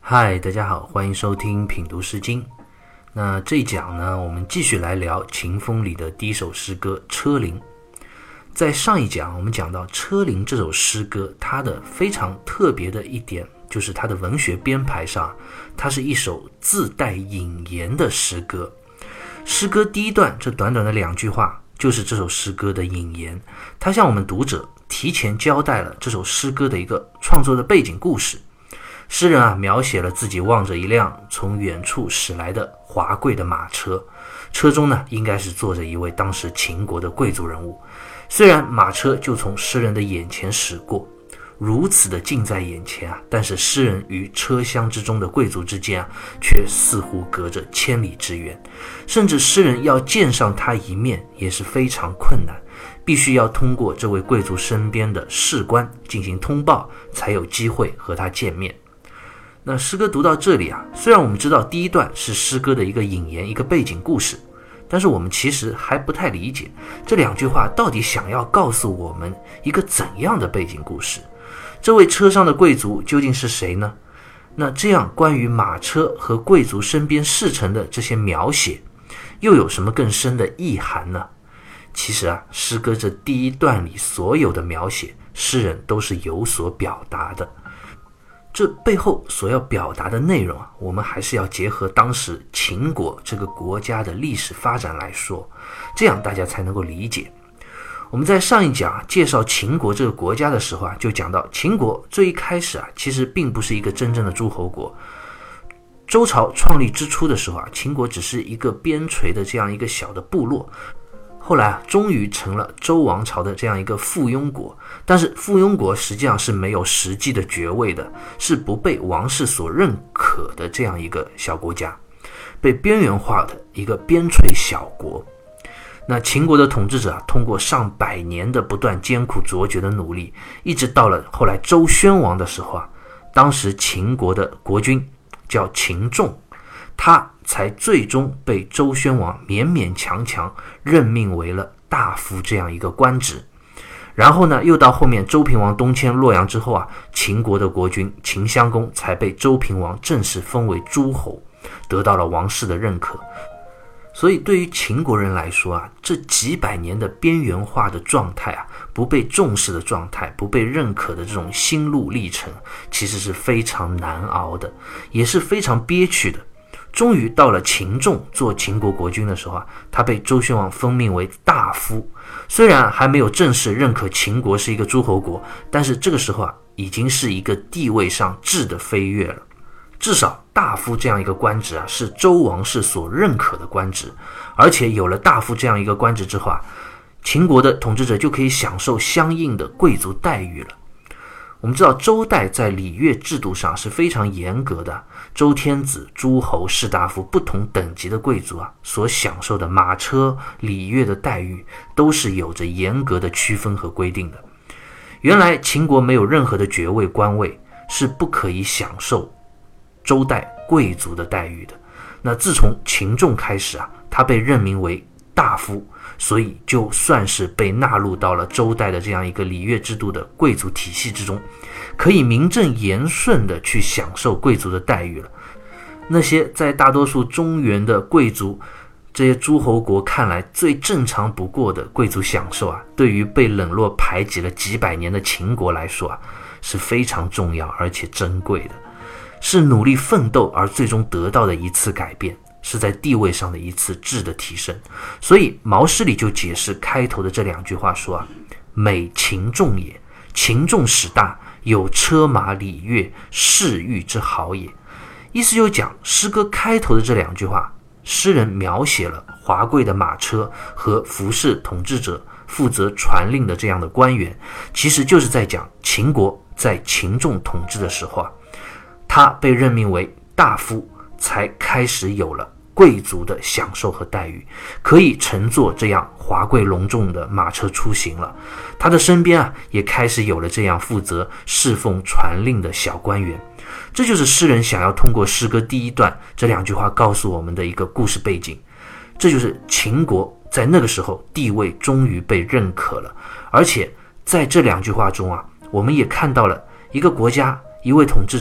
嗨，大家好，欢迎收听品读诗经。那这一讲呢，我们继续来聊秦风里的第一首诗歌《车辚》。在上一讲我们讲到《车辚》这首诗歌，它的非常特别的一点就是它的文学编排上，它是一首自带引言的诗歌。诗歌第一段这短短的2句话就是这首诗歌的引言，它向我们读者提前交代了这首诗歌的一个创作的背景故事。诗人描写了自己望着一辆从远处驶来的华贵的马车，车中呢应该是坐着一位当时秦国的贵族人物。虽然马车就从诗人的眼前驶过，如此的近在眼前但是诗人与车厢之中的贵族之间却似乎隔着千里之远，甚至诗人要见上他一面也是非常困难，必须要通过这位贵族身边的士官进行通报，才有机会和他见面。那诗歌读到这里虽然我们知道第一段是诗歌的一个引言，一个背景故事，但是我们其实还不太理解这2句话到底想要告诉我们一个怎样的背景故事。这位车上的贵族究竟是谁呢？那这样关于马车和贵族身边侍臣的这些描写又有什么更深的意涵呢？其实诗歌这第一段里所有的描写，诗人都是有所表达的。这背后所要表达的内容我们还是要结合当时秦国这个国家的历史发展来说，这样大家才能够理解。我们在上一讲介绍秦国这个国家的时候就讲到秦国最一开始其实并不是一个真正的诸侯国。周朝创立之初的时候秦国只是一个边陲的这样一个小的部落，后来终于成了周王朝的这样一个附庸国，但是附庸国实际上是没有实际的爵位的，是不被王室所认可的这样一个小国家，被边缘化的一个边陲小国。那秦国的统治者通过上百年的不断艰苦卓绝的努力，一直到了后来周宣王的时候当时秦国的国君叫秦仲，他才最终被周宣王勉勉强强任命为了大夫这样一个官职。然后呢，又到后面周平王东迁洛阳之后秦国的国君秦襄公才被周平王正式封为诸侯，得到了王室的认可。所以对于秦国人来说这几百年的边缘化的状态不被重视的状态，不被认可的这种心路历程，其实是非常难熬的，也是非常憋屈的。终于到了秦仲做秦国国君的时候他被周宣王封命为大夫。虽然还没有正式认可秦国是一个诸侯国，但是这个时候已经是一个地位上质的飞跃了。至少大夫这样一个官职是周王室所认可的官职，而且有了大夫这样一个官职之后秦国的统治者就可以享受相应的贵族待遇了。我们知道周代在礼乐制度上是非常严格的，周天子、诸侯、士大夫不同等级的贵族所享受的马车、礼乐的待遇都是有着严格的区分和规定的。原来秦国没有任何的爵位官位，是不可以享受周代贵族的待遇的。那自从秦仲开始他被任命为大夫，所以就算是被纳入到了周代的这样一个礼乐制度的贵族体系之中，可以名正言顺的去享受贵族的待遇了。那些在大多数中原的贵族，这些诸侯国看来最正常不过的贵族享受对于被冷落排挤了几百年的秦国来说是非常重要而且珍贵的，是努力奋斗而最终得到的一次改变，是在地位上的一次质的提升。所以毛诗里就解释开头的这2句话说美秦仲也，秦仲始大，有车马礼乐士御之好也。意思就讲诗歌开头的这2句话，诗人描写了华贵的马车和服侍统治者负责传令的这样的官员，其实就是在讲秦国在秦仲统治的时候他被任命为大夫，才开始有了贵族的享受和待遇，可以乘坐这样华贵隆重的马车出行了。他的身边也开始有了这样负责侍奉传令的小官员。这就是诗人想要通过诗歌第一段这2句话告诉我们的一个故事背景。这就是秦国在那个时候地位终于被认可了，而且在这2句话中我们也看到了一个国家一位统治者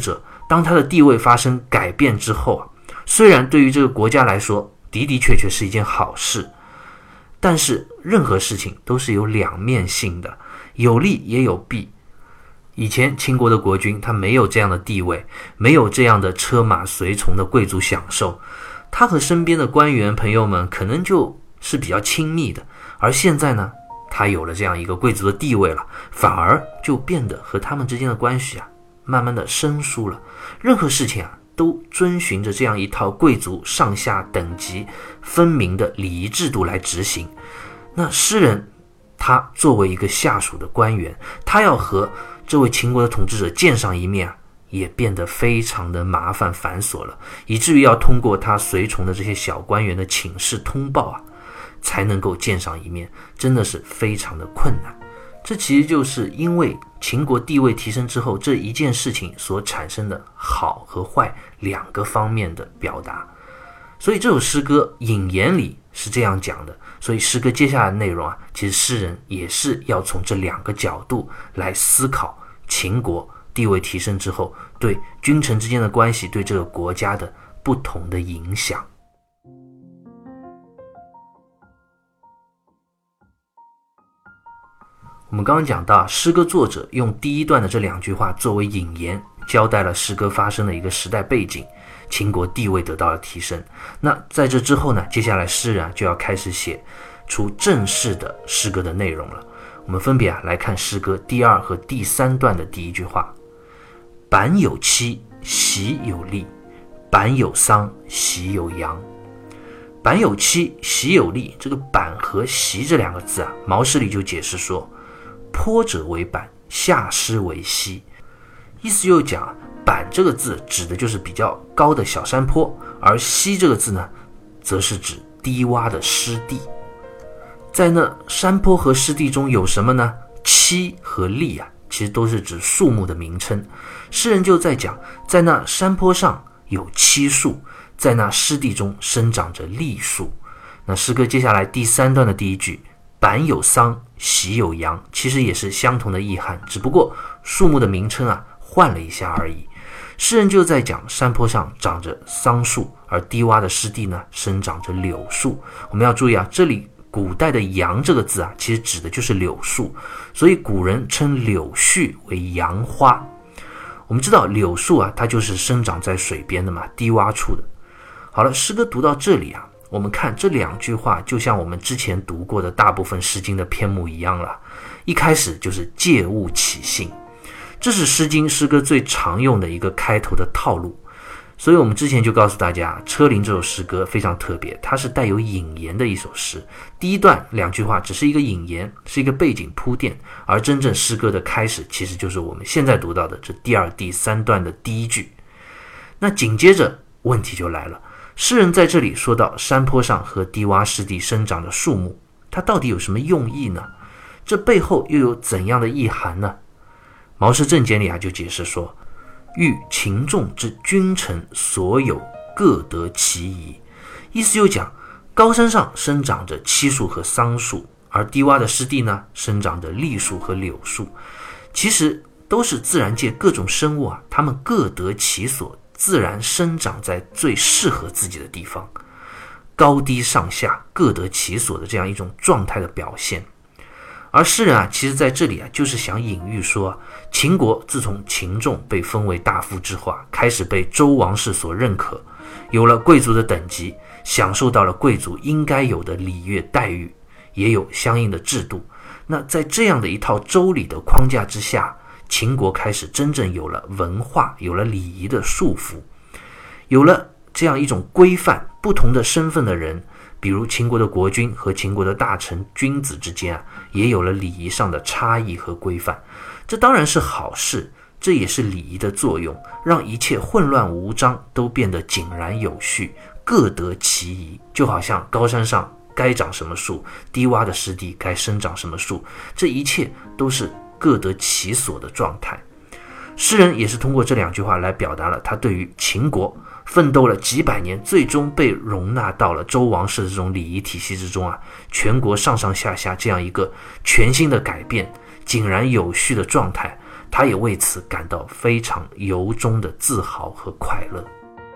当他的地位发生改变之后啊，虽然对于这个国家来说的的确确是一件好事，但是任何事情都是有两面性的，有利也有弊。以前秦国的国君他没有这样的地位，没有这样的车马随从的贵族享受，他和身边的官员朋友们可能就是比较亲密的，而现在呢，他有了这样一个贵族的地位了，反而就变得和他们之间的关系啊，慢慢的生疏了。任何事情啊，都遵循着这样一套贵族上下等级分明的礼仪制度来执行。那诗人他作为一个下属的官员，他要和这位秦国的统治者见上一面啊，也变得非常的麻烦繁琐了，以至于要通过他随从的这些小官员的请示通报啊，才能够见上一面，真的是非常的困难。这其实就是因为秦国地位提升之后，这一件事情所产生的好和坏两个方面的表达。所以这首诗歌引言里是这样讲的，所以诗歌接下来的内容啊，其实诗人也是要从这两个角度来思考秦国地位提升之后对君臣之间的关系对这个国家的不同的影响。我们刚刚讲到，诗歌作者用第一段的这两句话作为引言，交代了诗歌发生的一个时代背景，秦国地位得到了提升。那在这之后呢，接下来诗人就要开始写出正式的诗歌的内容了。我们分别来看诗歌第二和第三段的第一句话：板有戚，席有吏；板有丧，席有阳。板有戚，席有吏，这个板和席这两个字啊，毛诗里就解释说，坡者为板，下施为溪。意思又讲，板这个字指的就是比较高的小山坡，而溪这个字呢，则是指低洼的湿地。在那山坡和湿地中有什么呢？戚和吏啊，其实都是指树木的名称。诗人就在讲，在那山坡上有戚树，在那湿地中生长着栗树。那诗歌接下来第三段的第一句，板有桑，席有阳，其实也是相同的意涵，只不过树木的名称啊换了一下而已。诗人就在讲山坡上长着桑树，而低洼的湿地呢生长着柳树。我们要注意啊，这里古代的阳这个字啊，其实指的就是柳树，所以古人称柳絮为阳花。我们知道柳树啊，它就是生长在水边的嘛，低洼处的。好了，诗歌读到这里啊，我们看这两句话就像我们之前读过的大部分诗经的篇目一样了。一开始就是借物起兴，这是诗经诗歌最常用的一个开头的套路。所以我们之前就告诉大家，车辚这首诗歌非常特别，它是带有引言的一首诗。第一段两句话只是一个引言，是一个背景铺垫，而真正诗歌的开始其实就是我们现在读到的这第二、第三段的第一句。那紧接着问题就来了，诗人在这里说到山坡上和低洼湿地生长的树木，它到底有什么用意呢？这背后又有怎样的意涵呢？毛氏正解里就解释说，欲秦众之君臣所有各得其宜。意思就讲，高山上生长着漆树和桑树，而低洼的湿地呢生长着栗树和柳树，其实都是自然界各种生物啊，它们各得其所，自然生长在最适合自己的地方，高低上下各得其所的这样一种状态的表现。而诗人其实在这里就是想隐喻说，秦国自从秦仲被封为大夫之后开始被周王室所认可，有了贵族的等级，享受到了贵族应该有的礼乐待遇，也有相应的制度。那在这样的一套周礼的框架之下，秦国开始真正有了文化，有了礼仪的束缚，有了这样一种规范，不同的身份的人，比如秦国的国君和秦国的大臣君子之间也有了礼仪上的差异和规范。这当然是好事，这也是礼仪的作用，让一切混乱无章都变得井然有序，各得其宜。就好像高山上该长什么树，低洼的湿地该生长什么树，这一切都是各得其所的状态。诗人也是通过这两句话来表达了他对于秦国奋斗了几百年，最终被容纳到了周王室的这种礼仪体系之中全国上上下下这样一个全新的改变，井然有序的状态， 他也为此感到非常由衷的自豪和快乐。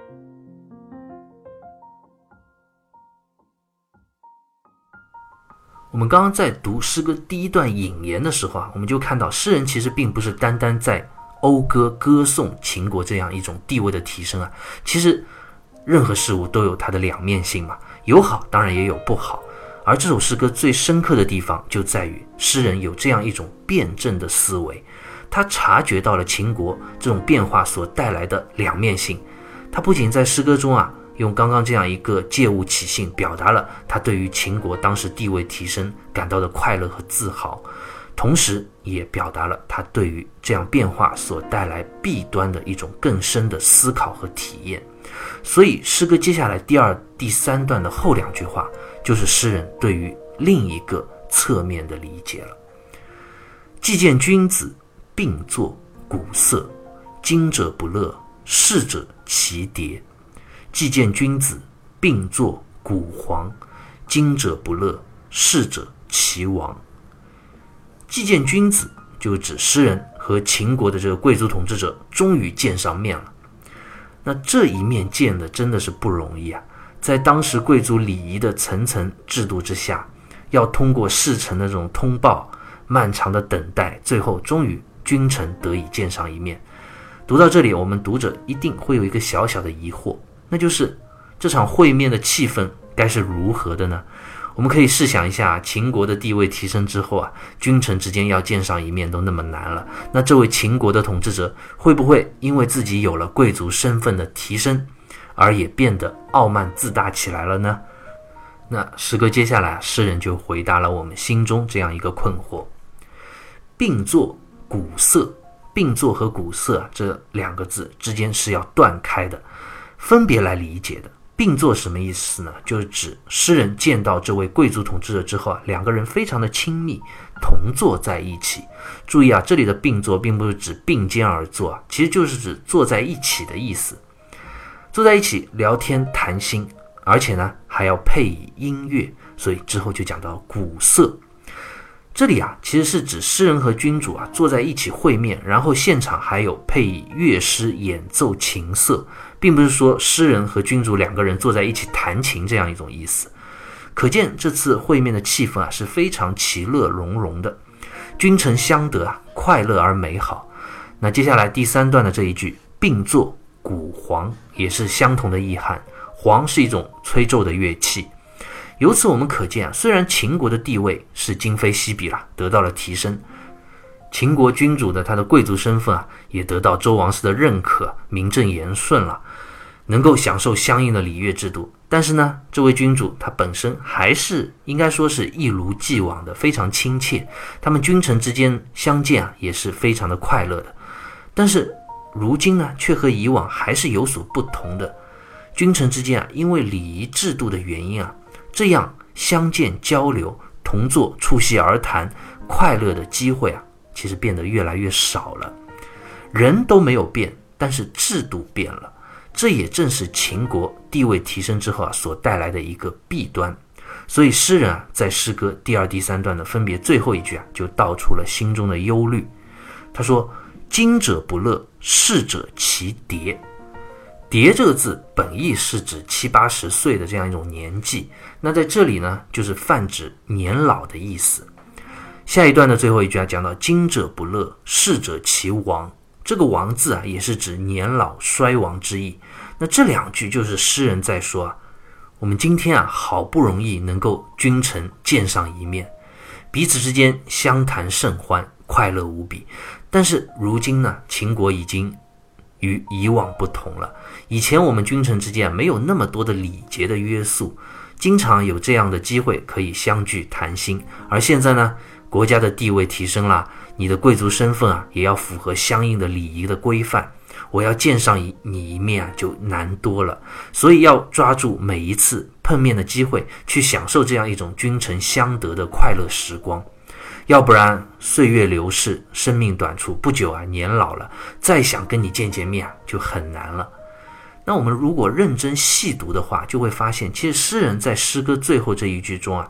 我们刚刚在读诗歌第一段引言的时候我们就看到诗人其实并不是单单在讴歌歌颂秦国这样一种地位的提升其实任何事物都有它的两面性嘛，有好当然也有不好，而这首诗歌最深刻的地方就在于诗人有这样一种辩证的思维，他察觉到了秦国这种变化所带来的两面性，他不仅在诗歌中用刚刚这样一个借物起兴表达了他对于秦国当时地位提升感到的快乐和自豪，同时也表达了他对于这样变化所带来弊端的一种更深的思考和体验。所以诗歌接下来第二、第三段的后两句话就是诗人对于另一个侧面的理解了。既见君子，并作鼓瑟，今者不乐，逝者其迭。既见君子，并作鼓簧，今者不乐，逝者其亡。既见君子就指诗人和秦国的这个贵族统治者终于见上面了。那这一面见的真的是不容易在当时贵族礼仪的层层制度之下，要通过事臣的这种通报，漫长的等待，最后终于君臣得以见上一面。读到这里，我们读者一定会有一个小小的疑惑，那就是这场会面的气氛该是如何的呢？我们可以试想一下，秦国的地位提升之后君臣之间要见上一面都那么难了，那这位秦国的统治者会不会因为自己有了贵族身份的提升，而也变得傲慢自大起来了呢？那诗歌接下来诗人就回答了我们心中这样一个困惑。并作鼓瑟，并作和鼓瑟这两个字之间是要断开的，分别来理解的。并作什么意思呢？就是指诗人见到这位贵族统治者之后两个人非常的亲密，同坐在一起。注意这里的并坐并不是指并肩而坐其实就是指坐在一起的意思。坐在一起聊天谈心，而且呢还要配以音乐，所以之后就讲到鼓瑟。这里其实是指诗人和君主坐在一起会面，然后现场还有配以乐师演奏琴瑟，并不是说诗人和君主两个人坐在一起弹琴这样一种意思。可见这次会面的气氛是非常其乐融融的，君臣相得快乐而美好。那接下来第三段的这一句并作鼓簧也是相同的意涵，簧是一种吹奏的乐器。由此我们可见虽然秦国的地位是今非昔比了，得到了提升，秦国君主的他的贵族身份也得到周王室的认可，名正言顺了，能够享受相应的礼乐制度。但是呢，这位君主他本身还是应该说是一如既往的非常亲切，他们君臣之间相见也是非常的快乐的。但是如今呢，却和以往还是有所不同的。君臣之间因为礼仪制度的原因这样相见交流、同坐促膝而谈、快乐的机会其实变得越来越少了。人都没有变，但是制度变了，这也正是秦国地位提升之后所带来的一个弊端。所以诗人在诗歌第二、第三段的分别最后一句就道出了心中的忧虑。他说：今者不乐，逝者其迭。迭这个字本意是指70、80岁的这样一种年纪，那在这里呢，就是泛指年老的意思。下一段的最后一句讲到今者不乐，逝者其亡。这个亡字也是指年老衰亡之意。那这两句就是诗人在说我们今天好不容易能够君臣见上一面，彼此之间相谈甚欢，快乐无比。但是如今呢，秦国已经与以往不同了。以前我们君臣之间没有那么多的礼节的约束，经常有这样的机会可以相聚谈心。而现在呢，国家的地位提升了，你的贵族身份也要符合相应的礼仪的规范，我要见上你一面就难多了。所以要抓住每一次碰面的机会，去享受这样一种君臣相得的快乐时光。要不然岁月流逝，生命短促，不久年老了，再想跟你见面就很难了。那我们如果认真细读的话，就会发现其实诗人在诗歌最后这一句中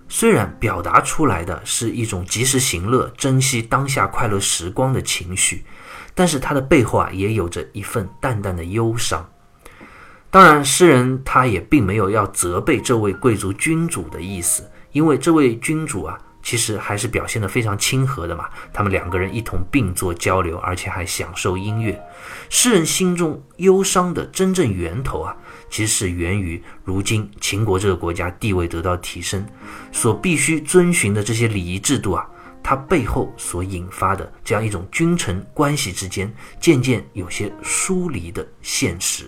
虽然表达出来的是一种及时行乐、珍惜当下快乐时光的情绪，但是它的背后也有着一份淡淡的忧伤。当然，诗人他也并没有要责备这位贵族君主的意思，因为这位君主其实还是表现得非常亲和的嘛，他们两个人一同并坐交流，而且还享受音乐。诗人心中忧伤的真正源头其实是源于如今秦国这个国家地位得到提升，所必须遵循的这些礼仪制度它背后所引发的这样一种君臣关系之间渐渐有些疏离的现实。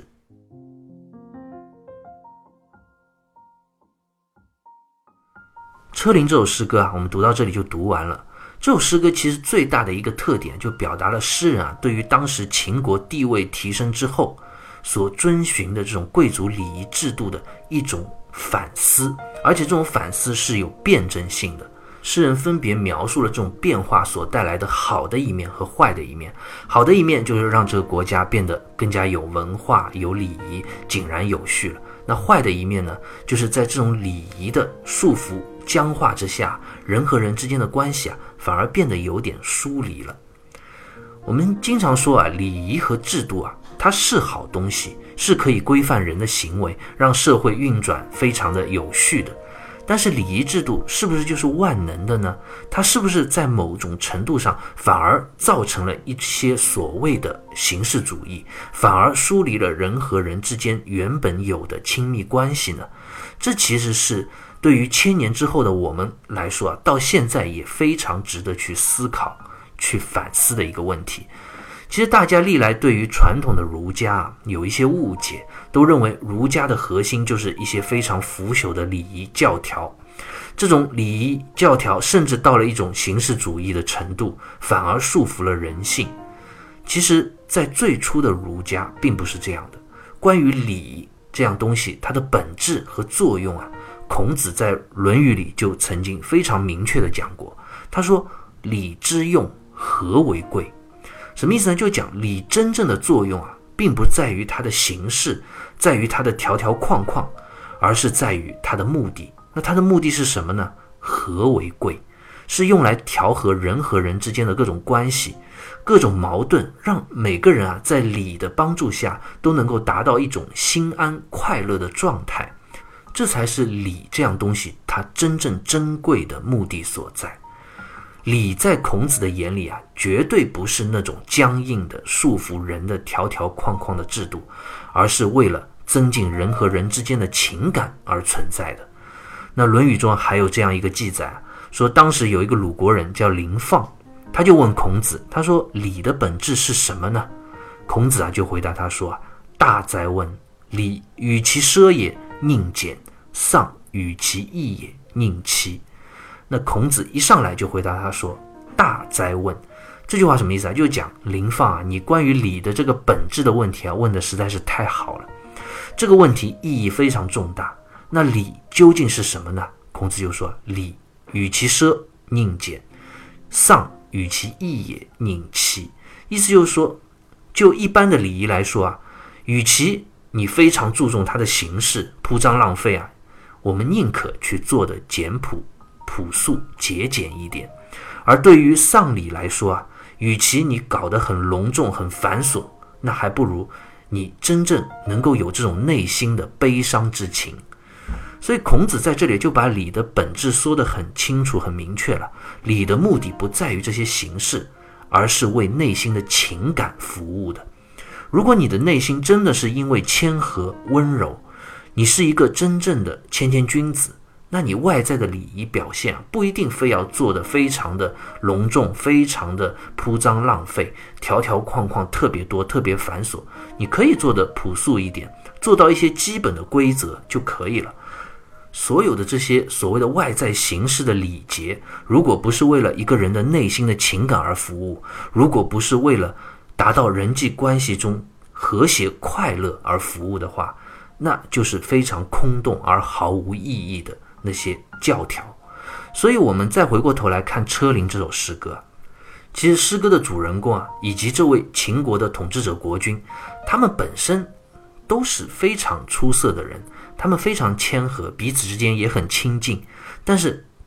车苓这首诗歌我们读到这里就读完了。这首诗歌其实最大的一个特点，就表达了诗人对于当时秦国地位提升之后所遵循的这种贵族礼仪制度的一种反思，而且这种反思是有辩证性的。诗人分别描述了这种变化所带来的好的一面和坏的一面。好的一面就是让这个国家变得更加有文化、有礼仪、井然有序了。那坏的一面呢，就是在这种礼仪的束缚僵化之下，人和人之间的关系反而变得有点疏离了。我们经常说礼仪和制度它是好东西，是可以规范人的行为，让社会运转非常的有序的。但是礼仪制度是不是就是万能的呢？它是不是在某种程度上反而造成了一些所谓的形式主义，反而疏离了人和人之间原本有的亲密关系呢？这其实是对于千年之后的我们来说到现在也非常值得去思考、去反思的一个问题。其实大家历来对于传统的儒家有一些误解，都认为儒家的核心就是一些非常腐朽的礼仪教条。这种礼仪教条甚至到了一种形式主义的程度，反而束缚了人性。其实在最初的儒家并不是这样的。关于礼这样东西，它的本质和作用孔子在《论语》里就曾经非常明确地讲过。他说：礼之用，和为贵。什么意思呢？就讲礼真正的作用并不在于它的形式，在于它的条条框框，而是在于它的目的。那它的目的是什么呢？和为贵，是用来调和人和人之间的各种关系、各种矛盾，让每个人在礼的帮助下都能够达到一种心安快乐的状态。这才是礼这样东西它真正珍贵的目的所在。礼在孔子的眼里绝对不是那种僵硬的束缚人的条条框框的制度，而是为了增进人和人之间的情感而存在的。那《论语》中还有这样一个记载，说当时有一个鲁国人叫林放，他就问孔子，他说礼的本质是什么呢？孔子就回答他说：大哉问，礼与其奢也，宁俭；丧与其易也，宁戚。那孔子一上来就回答他说：大哉问。这句话什么意思就是讲林放你关于礼的这个本质的问题问的实在是太好了，这个问题意义非常重大。那礼究竟是什么呢？孔子就说：礼与其奢，宁俭；丧与其易也，宁戚。意思就是说，就一般的礼仪来说与其你非常注重它的形式，铺张浪费我们宁可去做的简朴、朴素、节俭一点。而对于丧礼来说与其你搞得很隆重、很繁琐，那还不如你真正能够有这种内心的悲伤之情。所以孔子在这里就把礼的本质说得很清楚、很明确了。礼的目的不在于这些形式，而是为内心的情感服务的。如果你的内心真的是因为谦和、温柔，你是一个真正的谦谦君子，那你外在的礼仪表现不一定非要做得非常的隆重，非常的铺张浪费，条条框框特别多，特别繁琐。你可以做得朴素一点，做到一些基本的规则就可以了。所有的这些所谓的外在形式的礼节，如果不是为了一个人的内心的情感而服务，如果不是为了达到人际关系中和谐快乐而服务的话，那就是非常空洞而毫无意义的那些教条。所以我们再回过头来看车苓这首诗歌，其实诗歌的主人公以及这位秦国的统治者国君，他们本身都是非常出色的人，他们非常谦和，彼此之间也很亲近，但是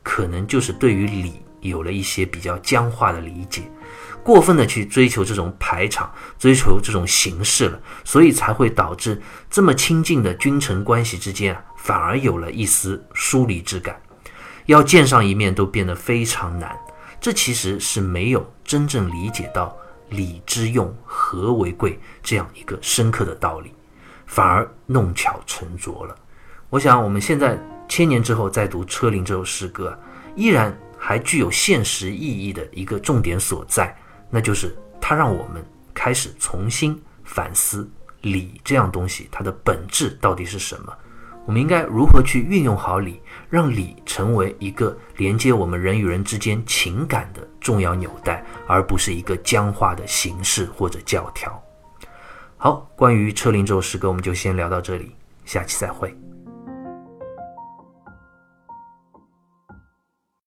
可能就是对于礼有了一些比较僵化的理解，过分的去追求这种排场，追求这种形式了，所以才会导致这么亲近的君臣关系之间反而有了一丝疏离之感，要见上一面都变得非常难。这其实是没有真正理解到礼之用，和为贵这样一个深刻的道理，反而弄巧成拙了。我想我们现在1000年之后再读《车辚》这首诗歌，依然还具有现实意义的一个重点所在，那就是它让我们开始重新反思礼这样东西它的本质到底是什么，我们应该如何去运用好礼，让礼成为一个连接我们人与人之间情感的重要纽带，而不是一个僵化的形式或者教条。好，关于《车辚》这首诗歌我们就先聊到这里，下期再会。